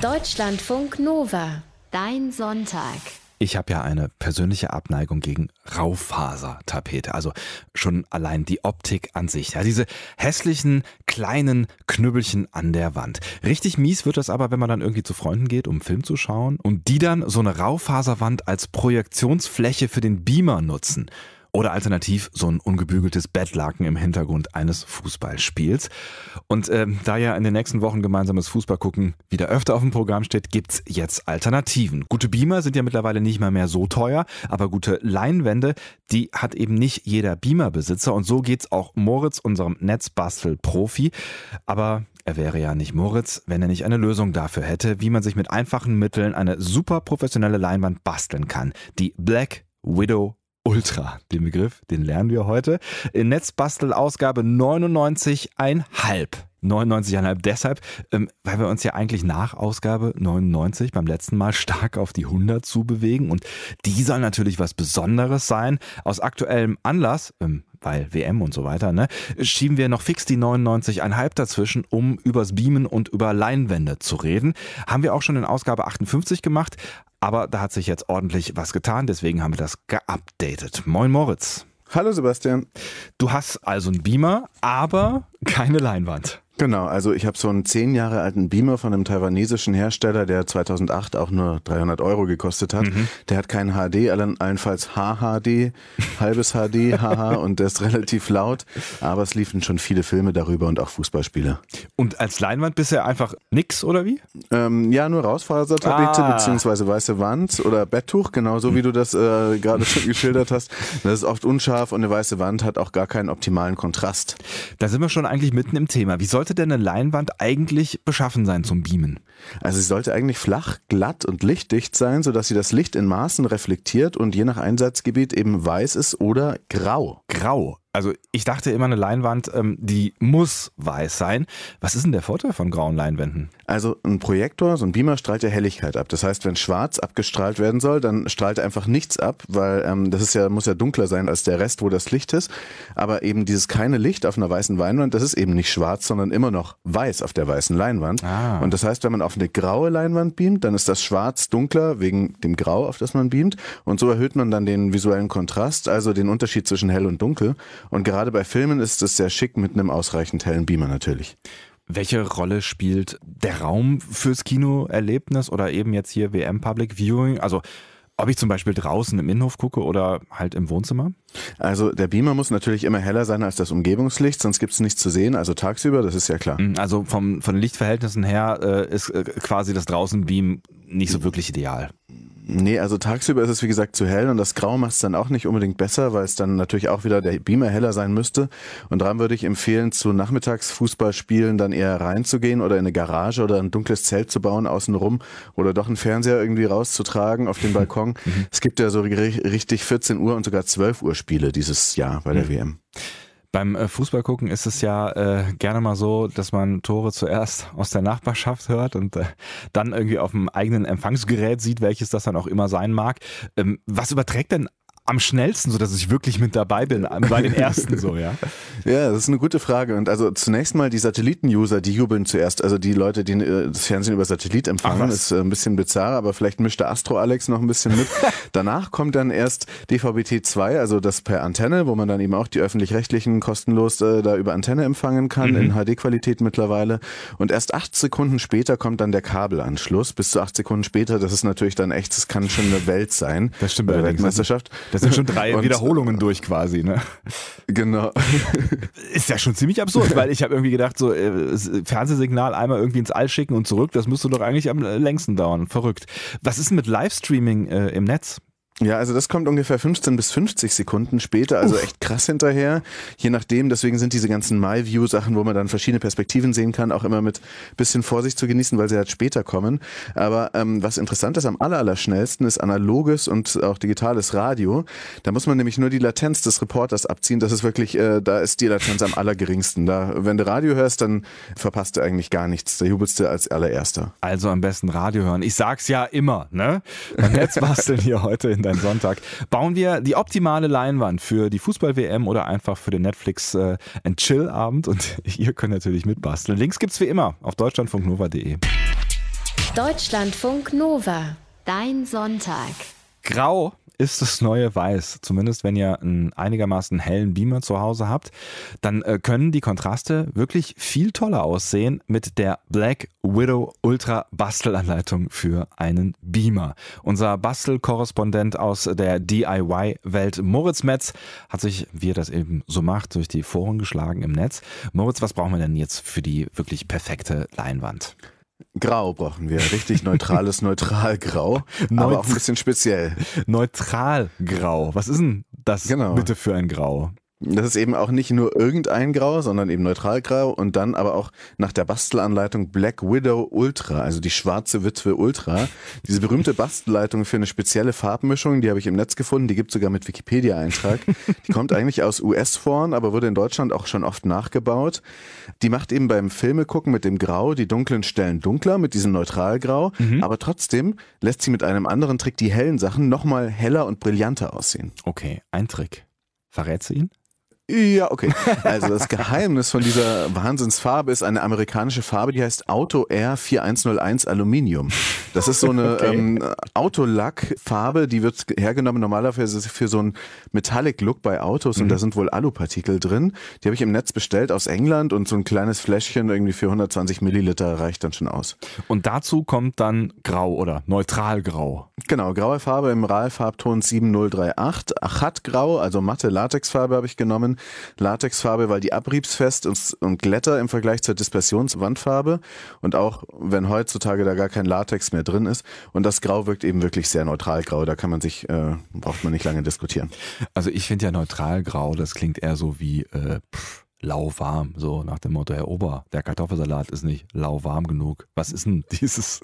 Deutschlandfunk Nova. Dein Sonntag. Ich habe ja eine persönliche Abneigung gegen Raufasertapete. Also schon allein die Optik an sich. Ja, diese hässlichen kleinen Knüppelchen an der Wand. Richtig mies wird das aber, wenn man dann irgendwie zu Freunden geht, um einen Film zu schauen und die dann so eine Raufaserwand als Projektionsfläche für den Beamer nutzen. Oder alternativ so ein ungebügeltes Bettlaken im Hintergrund eines Fußballspiels. Und da ja in den nächsten Wochen gemeinsames Fußballgucken wieder öfter auf dem Programm steht, gibt's jetzt Alternativen. Gute Beamer sind ja mittlerweile nicht mal mehr so teuer, aber gute Leinwände, die hat eben nicht jeder Beamer-Besitzer. Und so geht's auch Moritz, unserem Netzbastel-Profi. Aber er wäre ja nicht Moritz, wenn er nicht eine Lösung dafür hätte, wie man sich mit einfachen Mitteln eine super professionelle Leinwand basteln kann. Die Black Widow Ultra, den Begriff, den lernen wir heute. In Netzbastel Ausgabe 99,5. 99,5 deshalb, weil wir uns ja eigentlich nach Ausgabe 99 beim letzten Mal stark auf die 100 zubewegen. Und die soll natürlich was Besonderes sein. Aus aktuellem Anlass, weil WM und so weiter, schieben wir noch fix die 99,5 dazwischen, um übers Beamen und über Leinwände zu reden. Haben wir auch schon in Ausgabe 58 gemacht. Aber da hat sich jetzt ordentlich was getan, deswegen haben wir das geupdatet. Moin Moritz. Hallo Sebastian. Du hast also einen Beamer, aber keine Leinwand. Genau, also ich habe so einen 10 Jahre alten Beamer von einem taiwanesischen Hersteller, der 2008 auch nur 300 € gekostet hat. Der hat kein HD, allenfalls HHD, halbes HD, haha, und der ist relativ laut, aber es liefen schon viele Filme darüber und auch Fußballspiele. Und als Leinwand bisher einfach nix, oder wie? Ja, nur Rausfasertapete beziehungsweise weiße Wand oder Betttuch, genauso wie du das gerade schon geschildert hast. Das ist oft unscharf und eine weiße Wand hat auch gar keinen optimalen Kontrast. Da sind wir schon eigentlich mitten im Thema. Wie sollte denn eine Leinwand eigentlich beschaffen sein zum Beamen? Also sie sollte eigentlich flach, glatt und lichtdicht sein, sodass sie das Licht in Maßen reflektiert und je nach Einsatzgebiet eben weiß ist oder grau. Grau? Also ich dachte immer, eine Leinwand, die muss weiß sein. Was ist denn der Vorteil von grauen Leinwänden? Also ein Projektor, so ein Beamer strahlt ja Helligkeit ab. Das heißt, wenn schwarz abgestrahlt werden soll, dann strahlt einfach nichts ab, weil das ist muss ja dunkler sein als der Rest, wo das Licht ist. Aber eben dieses keine Licht auf einer weißen Leinwand, das ist eben nicht schwarz, sondern immer noch weiß auf der weißen Leinwand. Und das heißt, wenn man auf eine graue Leinwand beamt, dann ist das Schwarz dunkler wegen dem Grau, auf das man beamt. Und so erhöht man dann den visuellen Kontrast, also den Unterschied zwischen hell und dunkel. Und gerade bei Filmen ist es sehr schick mit einem ausreichend hellen Beamer natürlich. Welche Rolle spielt der Raum fürs Kinoerlebnis oder eben jetzt hier WM Public Viewing? Also ob ich zum Beispiel draußen im Innenhof gucke oder halt im Wohnzimmer? Also der Beamer muss natürlich immer heller sein als das Umgebungslicht, sonst gibt es nichts zu sehen, also tagsüber, das ist ja klar. Also von den Lichtverhältnissen her ist quasi das Draußenbeam nicht so wirklich ideal. Nee, also tagsüber ist es wie gesagt zu hell und das Grau macht es dann auch nicht unbedingt besser, weil es dann natürlich auch wieder der Beamer heller sein müsste. Und daran würde ich empfehlen, zu Nachmittagsfußballspielen dann eher reinzugehen oder in eine Garage oder ein dunkles Zelt zu bauen außenrum oder doch einen Fernseher irgendwie rauszutragen auf den Balkon. Es gibt ja so richtig 14 Uhr und sogar 12 Uhr Spiele dieses Jahr bei der WM. Beim Fußballgucken ist es ja gerne mal so, dass man Tore zuerst aus der Nachbarschaft hört und dann irgendwie auf dem eigenen Empfangsgerät sieht, welches das dann auch immer sein mag. Was überträgt denn am schnellsten, so dass ich wirklich mit dabei bin, bei den ersten so, ja? Ja, das ist eine gute Frage. Und also zunächst mal die Satelliten-User, die jubeln zuerst. Also die Leute, die das Fernsehen über Satellit empfangen, ist ein bisschen bizarr, aber vielleicht mischt der Astro-Alex noch ein bisschen mit. Danach kommt dann erst DVB-T2, also das per Antenne, wo man dann eben auch die Öffentlich-Rechtlichen kostenlos da über Antenne empfangen kann, in HD-Qualität mittlerweile. Und erst 8 Sekunden später kommt dann der Kabelanschluss. Bis zu 8 Sekunden später, das ist natürlich dann echt, das kann schon eine Welt sein. Das stimmt bei der Weltmeisterschaft. Das sind schon 3 Wiederholungen durch quasi, ne? Genau. Ist ja schon ziemlich absurd, weil ich habe irgendwie gedacht, so Fernsehsignal einmal irgendwie ins All schicken und zurück, das müsste doch eigentlich am längsten dauern. Verrückt. Was ist denn mit Livestreaming im Netz? Ja, also das kommt ungefähr 15 bis 50 Sekunden später, also echt krass hinterher, je nachdem, deswegen sind diese ganzen MyView-Sachen, wo man dann verschiedene Perspektiven sehen kann, auch immer mit bisschen Vorsicht zu genießen, weil sie halt später kommen. Aber was interessant ist, am allerschnellsten ist analoges und auch digitales Radio. Da muss man nämlich nur die Latenz des Reporters abziehen, das ist wirklich, da ist die Latenz am allergeringsten. Da, wenn du Radio hörst, dann verpasst du eigentlich gar nichts, da jubelst du als allererster. Also am besten Radio hören. Ich sag's ja immer, ne? Beim Netzbasteln hier heute in dein Sonntag. Bauen wir die optimale Leinwand für die Fußball-WM oder einfach für den Netflix and Chill-Abend und ihr könnt natürlich mitbasteln. Links gibt's wie immer auf deutschlandfunknova.de. Deutschlandfunk Nova. Dein Sonntag. Grau ist das neue Weiß. Zumindest wenn ihr einen einigermaßen hellen Beamer zu Hause habt, dann können die Kontraste wirklich viel toller aussehen mit der Black Widow Ultra Bastelanleitung für einen Beamer. Unser Bastelkorrespondent aus der DIY-Welt, Moritz Metz, hat sich, wie er das eben so macht, durch die Foren geschlagen im Netz. Moritz, was brauchen wir denn jetzt für die wirklich perfekte Leinwand? Grau brauchen wir, richtig neutrales Neutralgrau, aber auch ein bisschen speziell. Neutralgrau, was ist denn das bitte für ein Grau? Das ist eben auch nicht nur irgendein Grau, sondern eben Neutralgrau und dann aber auch nach der Bastelanleitung Black Widow Ultra, also die schwarze Witwe Ultra. Diese berühmte Bastelleitung für eine spezielle Farbmischung, die habe ich im Netz gefunden, die gibt es sogar mit Wikipedia-Eintrag. Die kommt eigentlich aus US-Foren, aber wurde in Deutschland auch schon oft nachgebaut. Die macht eben beim Filmegucken mit dem Grau die dunklen Stellen dunkler, mit diesem Neutralgrau, aber trotzdem lässt sie mit einem anderen Trick die hellen Sachen nochmal heller und brillanter aussehen. Okay, ein Trick. Verrätst du ihn? Ja, okay. Also das Geheimnis von dieser Wahnsinnsfarbe ist eine amerikanische Farbe, die heißt Auto Air 4101 Aluminium. Das ist so eine Autolackfarbe, die wird hergenommen normalerweise für so einen Metallic-Look bei Autos und da sind wohl Alupartikel drin. Die habe ich im Netz bestellt aus England und so ein kleines Fläschchen irgendwie für 120 Milliliter reicht dann schon aus. Und dazu kommt dann Grau oder Neutralgrau. Genau, graue Farbe im RAL-Farbton 7038. Achatgrau, also matte Latexfarbe habe ich genommen. Latexfarbe, weil die abriebsfest und glätter im Vergleich zur Dispersionswandfarbe und auch wenn heutzutage da gar kein Latex mehr drin ist und das Grau wirkt eben wirklich sehr neutralgrau, da braucht man nicht lange diskutieren. Also ich finde ja Neutralgrau, das klingt eher so wie lauwarm, so nach dem Motto, Herr Ober, der Kartoffelsalat ist nicht lauwarm genug. Was ist denn dieses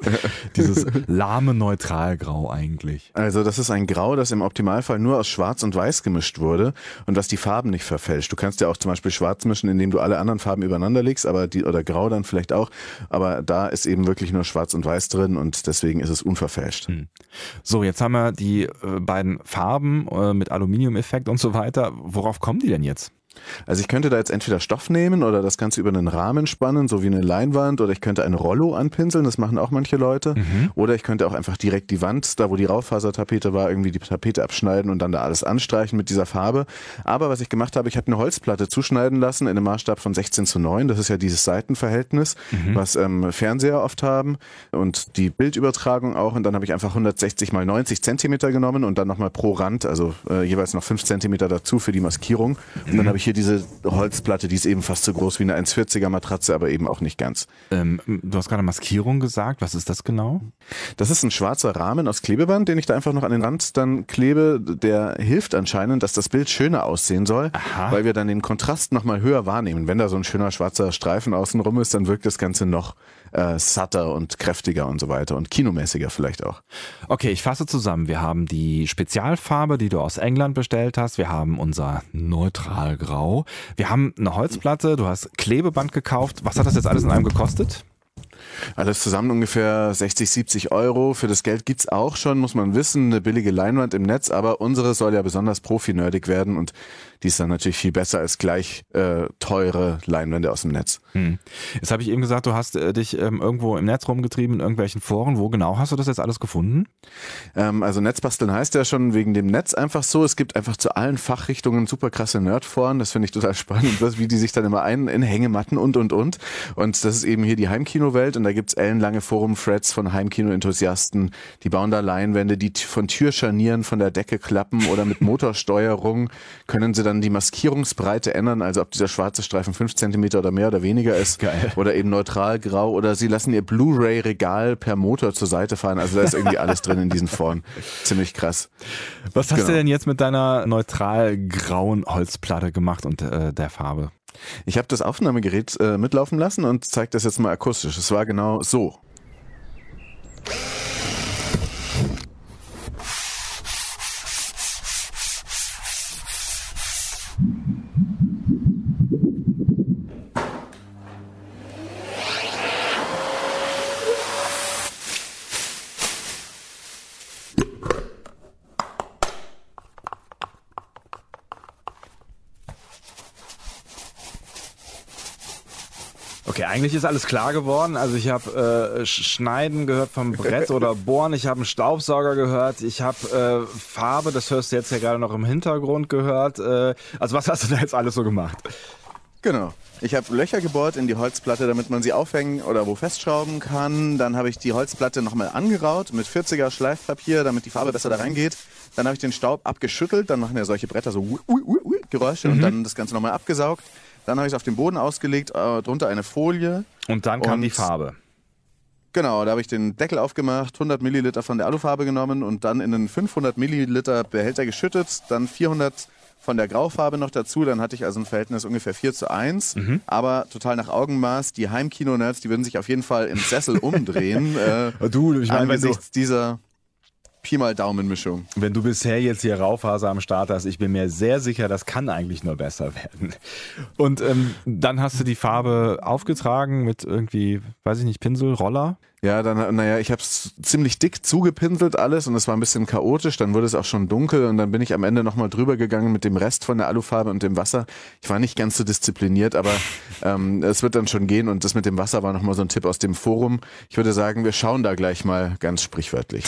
lahme Neutralgrau eigentlich? Also das ist ein Grau, das im Optimalfall nur aus Schwarz und Weiß gemischt wurde und das die Farben nicht verfälscht. Du kannst ja auch zum Beispiel Schwarz mischen, indem du alle anderen Farben übereinander legst, oder Grau dann vielleicht auch, aber da ist eben wirklich nur Schwarz und Weiß drin und deswegen ist es unverfälscht. So, jetzt haben wir die beiden Farben mit Aluminiumeffekt und so weiter. Worauf kommen die denn jetzt? Also ich könnte da jetzt entweder Stoff nehmen oder das Ganze über einen Rahmen spannen, so wie eine Leinwand, oder ich könnte ein Rollo anpinseln, das machen auch manche Leute. Oder ich könnte auch einfach direkt die Wand, da wo die Raufasertapete war, irgendwie die Tapete abschneiden und dann da alles anstreichen mit dieser Farbe. Aber was ich gemacht habe, ich habe eine Holzplatte zuschneiden lassen in einem Maßstab von 16:9. Das ist ja dieses Seitenverhältnis, was Fernseher oft haben und die Bildübertragung auch. Und dann habe ich einfach 160 mal 90 Zentimeter genommen und dann nochmal pro Rand, also jeweils noch 5 Zentimeter dazu für die Maskierung. Und dann habe ich hier diese Holzplatte, die ist eben fast so groß wie eine 1,40er Matratze, aber eben auch nicht ganz. Du hast gerade Maskierung gesagt. Was ist das genau? Das ist ein schwarzer Rahmen aus Klebeband, den ich da einfach noch an den Rand dann klebe. Der hilft anscheinend, dass das Bild schöner aussehen soll, weil wir dann den Kontrast nochmal höher wahrnehmen. Wenn da so ein schöner schwarzer Streifen außenrum ist, dann wirkt das Ganze noch satter und kräftiger und so weiter und kinomäßiger vielleicht auch. Okay, ich fasse zusammen. Wir haben die Spezialfarbe, die du aus England bestellt hast. Wir haben unser Neutralgrau. Wir haben eine Holzplatte. Du hast Klebeband gekauft. Was hat das jetzt alles in einem gekostet? Alles zusammen ungefähr 60, 70 Euro. Für das Geld gibt's auch schon, muss man wissen, eine billige Leinwand im Netz, aber unsere soll ja besonders profi-nerdig werden und die ist dann natürlich viel besser als gleich teure Leinwände aus dem Netz. Jetzt habe ich eben gesagt, du hast dich irgendwo im Netz rumgetrieben, in irgendwelchen Foren. Wo genau hast du das jetzt alles gefunden? Also Netzbasteln heißt ja schon wegen dem Netz einfach so. Es gibt einfach zu allen Fachrichtungen super krasse Nerdforen. Das finde ich total spannend, wie die sich dann immer in Hängematten und. Und das ist eben hier die Heimkinowelt und da gibt's ellenlange Forum-Threads von Heimkino-Enthusiasten. Die bauen da Leinwände, die von Türscharnieren von der Decke klappen oder mit Motorsteuerung können sie dann die Maskierungsbreite ändern, also ob dieser schwarze Streifen 5 Zentimeter oder mehr oder weniger ist. Geil. Oder eben neutralgrau oder sie lassen ihr Blu-ray-Regal per Motor zur Seite fahren. Also da ist irgendwie alles drin in diesen Foren. Ziemlich krass. Was hast du denn jetzt mit deiner neutral-grauen Holzplatte gemacht und der Farbe? Ich habe das Aufnahmegerät mitlaufen lassen und zeige das jetzt mal akustisch. Es war genau so. Okay, eigentlich ist alles klar geworden. Also ich habe Schneiden gehört vom Brett oder Bohren. Ich habe einen Staubsauger gehört. Ich habe Farbe, das hörst du jetzt ja gerade noch im Hintergrund gehört. Also was hast du da jetzt alles so gemacht? Genau. Ich habe Löcher gebohrt in die Holzplatte, damit man sie aufhängen oder wo festschrauben kann. Dann habe ich die Holzplatte nochmal angeraut mit 40er Schleifpapier, damit die Farbe besser da reingeht. Dann habe ich den Staub abgeschüttelt. Dann machen ja solche Bretter so Geräusche und dann das Ganze nochmal abgesaugt. Dann habe ich es auf den Boden ausgelegt, drunter eine Folie. Und dann kam die Farbe. Genau, da habe ich den Deckel aufgemacht, 100 Milliliter von der Alufarbe genommen und dann in einen 500 Milliliter Behälter geschüttet. Dann 400 von der Graufarbe noch dazu, dann hatte ich also ein Verhältnis ungefähr 4:1, aber total nach Augenmaß. Die Heimkino-Nerds, die würden sich auf jeden Fall im Sessel umdrehen, ich meine, angesichts dieser Pi mal Daumen-Mischung. Wenn du bisher jetzt hier Raufaser am Start hast, ich bin mir sehr sicher, das kann eigentlich nur besser werden. Und dann hast du die Farbe aufgetragen mit irgendwie, weiß ich nicht, Pinsel, Roller? Ja, dann, ich habe es ziemlich dick zugepinselt alles und es war ein bisschen chaotisch, dann wurde es auch schon dunkel und dann bin ich am Ende nochmal drüber gegangen mit dem Rest von der Alufarbe und dem Wasser. Ich war nicht ganz so diszipliniert, aber es wird dann schon gehen und das mit dem Wasser war nochmal so ein Tipp aus dem Forum. Ich würde sagen, wir schauen da gleich mal ganz sprichwörtlich.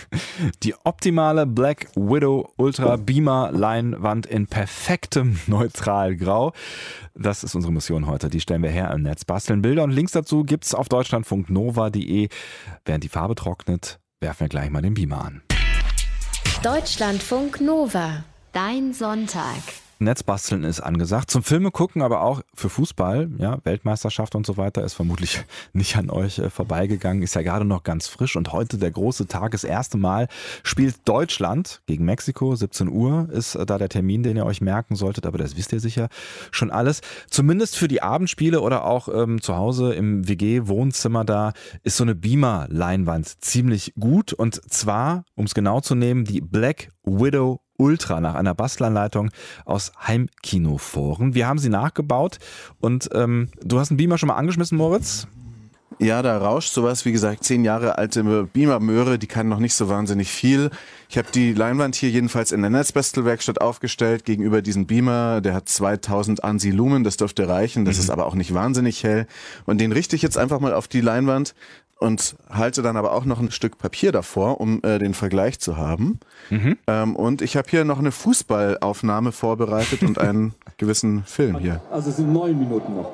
Die optimale Black Widow Ultra Beamer Leinwand in perfektem Neutralgrau. Das ist unsere Mission heute. Die stellen wir her im Netz, basteln Bilder und Links dazu gibt's auf deutschlandfunknova.de. Während die Farbe trocknet, werfen wir gleich mal den Beamer an. Deutschlandfunk Nova. Dein Sonntag. Netzbasteln ist angesagt. Zum Filme gucken, aber auch für Fußball, ja, Weltmeisterschaft und so weiter, ist vermutlich nicht an euch vorbeigegangen. Ist ja gerade noch ganz frisch und heute der große Tag. Das erste Mal spielt Deutschland gegen Mexiko. 17 Uhr ist da der Termin, den ihr euch merken solltet, aber das wisst ihr sicher schon alles. Zumindest für die Abendspiele oder auch zu Hause im WG-Wohnzimmer da ist so eine Beamer-Leinwand ziemlich gut und zwar, um es genau zu nehmen, die Black Widow Ultra nach einer Bastelanleitung aus Heimkinoforen. Wir haben sie nachgebaut und du hast einen Beamer schon mal angeschmissen, Moritz? Ja, da rauscht sowas, wie gesagt, 10 Jahre alte Beamer-Möhre, die kann noch nicht so wahnsinnig viel. Ich habe die Leinwand hier jedenfalls in der Netzbastelwerkstatt aufgestellt gegenüber diesem Beamer. Der hat 2000 ANSI Lumen, das dürfte reichen, das ist aber auch nicht wahnsinnig hell. Und den richte ich jetzt einfach mal auf die Leinwand und halte dann aber auch noch ein Stück Papier davor, um den Vergleich zu haben. Und ich habe hier noch eine Fußballaufnahme vorbereitet und einen gewissen Film hier. Also es sind 9 Minuten noch.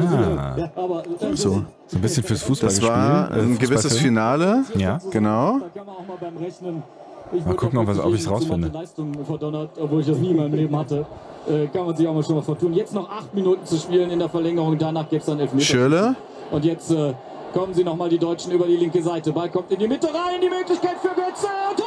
So ein bisschen fürs Fußballspiel. Das war ein gewisses Finale. Ja. Genau. Mal gucken, ob ich es rausfinde. Obwohl ich das nie in meinem Leben hatte. Kann man sich auch mal schon was vertun. Jetzt noch 8 Minuten zu spielen in der Verlängerung. Danach gibt es dann Elfmeter. Schirle. Und jetzt kommen sie nochmal die Deutschen über die linke Seite. Ball kommt in die Mitte rein. Die Möglichkeit für Götze. Tor!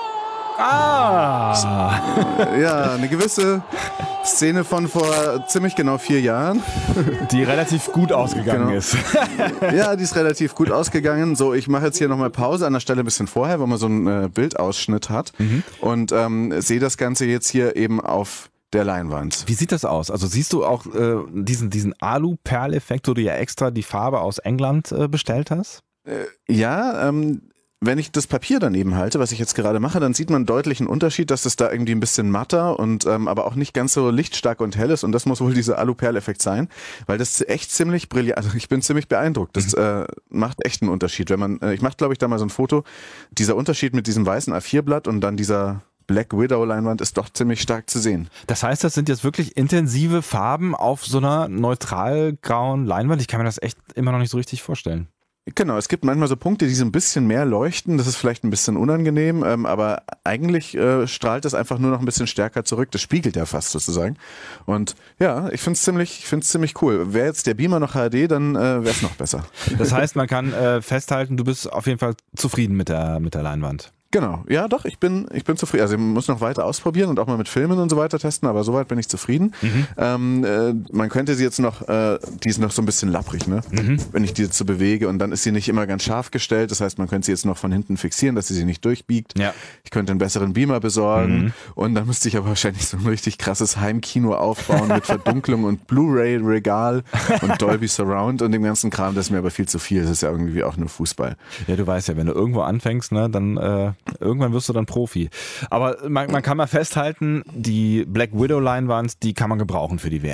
Ja, eine gewisse Szene von vor ziemlich genau 4 Jahren. Die relativ gut ausgegangen ist. Ja, die ist relativ gut ausgegangen. So, ich mache jetzt hier nochmal Pause an der Stelle ein bisschen vorher, wo man so einen Bildausschnitt hat und sehe das Ganze jetzt hier eben auf der Leinwand. Wie sieht das aus? Also siehst du auch diesen Alu-Perl-Effekt, wo du ja extra die Farbe aus England bestellt hast? Ja, wenn ich das Papier daneben halte, was ich jetzt gerade mache, dann sieht man einen deutlichen Unterschied, dass es da irgendwie ein bisschen matter und aber auch nicht ganz so lichtstark und hell ist und das muss wohl dieser Alu-Perl-Effekt sein, weil das echt ziemlich brillant, also ich bin ziemlich beeindruckt. Das macht echt einen Unterschied. Wenn man, ich mache glaube ich da mal so ein Foto, dieser Unterschied mit diesem weißen A4-Blatt und dann dieser Black Widow Leinwand ist doch ziemlich stark zu sehen. Das heißt, das sind jetzt wirklich intensive Farben auf so einer neutral-grauen Leinwand? Ich kann mir das echt immer noch nicht so richtig vorstellen. Genau, es gibt manchmal so Punkte, die so ein bisschen mehr leuchten. Das ist vielleicht ein bisschen unangenehm, aber eigentlich strahlt es einfach nur noch ein bisschen stärker zurück. Das spiegelt ja fast sozusagen. Und ja, ich finde es ziemlich cool. Wäre jetzt der Beamer noch HD, dann wäre es noch besser. Das heißt, man kann festhalten, du bist auf jeden Fall zufrieden mit der Leinwand. Genau, ja doch, ich bin zufrieden. Also ich muss noch weiter ausprobieren und auch mal mit Filmen und so weiter testen, aber soweit bin ich zufrieden. Man könnte sie jetzt noch, die ist noch so ein bisschen lapprig, ne? Wenn ich die jetzt so bewege und dann ist sie nicht immer ganz scharf gestellt, das heißt, man könnte sie jetzt noch von hinten fixieren, dass sie sich nicht durchbiegt. Ja. Ich könnte einen besseren Beamer besorgen und dann müsste ich aber wahrscheinlich so ein richtig krasses Heimkino aufbauen mit Verdunklung und Blu-ray-Regal und Dolby Surround und dem ganzen Kram, das ist mir aber viel zu viel, das ist ja irgendwie auch nur Fußball. Ja, du weißt ja, wenn du irgendwo anfängst, ne, dann irgendwann wirst du dann Profi. Aber man kann mal festhalten, die Black Widow Leinwand, die kann man gebrauchen für die WM.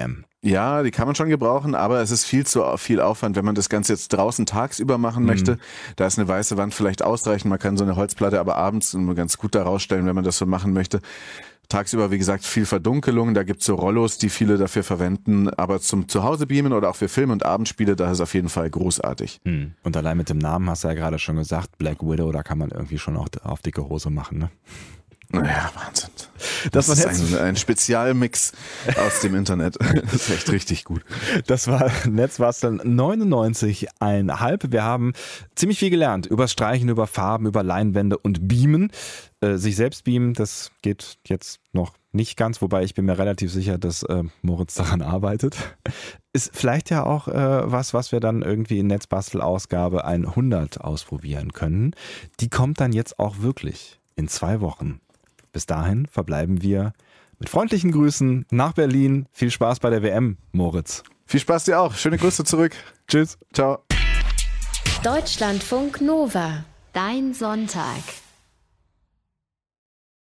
Ja, die kann man schon gebrauchen, aber es ist viel zu viel Aufwand, wenn man das Ganze jetzt draußen tagsüber machen möchte. Da ist eine weiße Wand vielleicht ausreichend. Man kann so eine Holzplatte aber abends ganz gut da rausstellen, wenn man das so machen möchte. Tagsüber, wie gesagt, viel Verdunkelung. Da gibt's so Rollos, die viele dafür verwenden. Aber zum Zuhause beamen oder auch für Film- und Abendspiele, da ist es auf jeden Fall großartig. Und allein mit dem Namen hast du ja gerade schon gesagt, Black Widow, da kann man irgendwie schon auch auf dicke Hose machen, ne? Naja, Wahnsinn. Das ist ein Spezialmix aus dem Internet. Das ist echt richtig gut. Das war Netzbasteln 99,5. Wir haben ziemlich viel gelernt über Streichen, über Farben, über Leinwände und Beamen. Sich selbst beamen, das geht jetzt noch nicht ganz, wobei ich bin mir relativ sicher, dass Moritz daran arbeitet. Ist vielleicht ja auch was wir dann irgendwie in Netzbastel-Ausgabe 100 ausprobieren können. Die kommt dann jetzt auch wirklich in 2 Wochen. Bis dahin verbleiben wir mit freundlichen Grüßen nach Berlin. Viel Spaß bei der WM, Moritz. Viel Spaß dir auch. Schöne Grüße zurück. Tschüss. Ciao. Deutschlandfunk Nova. Dein Sonntag.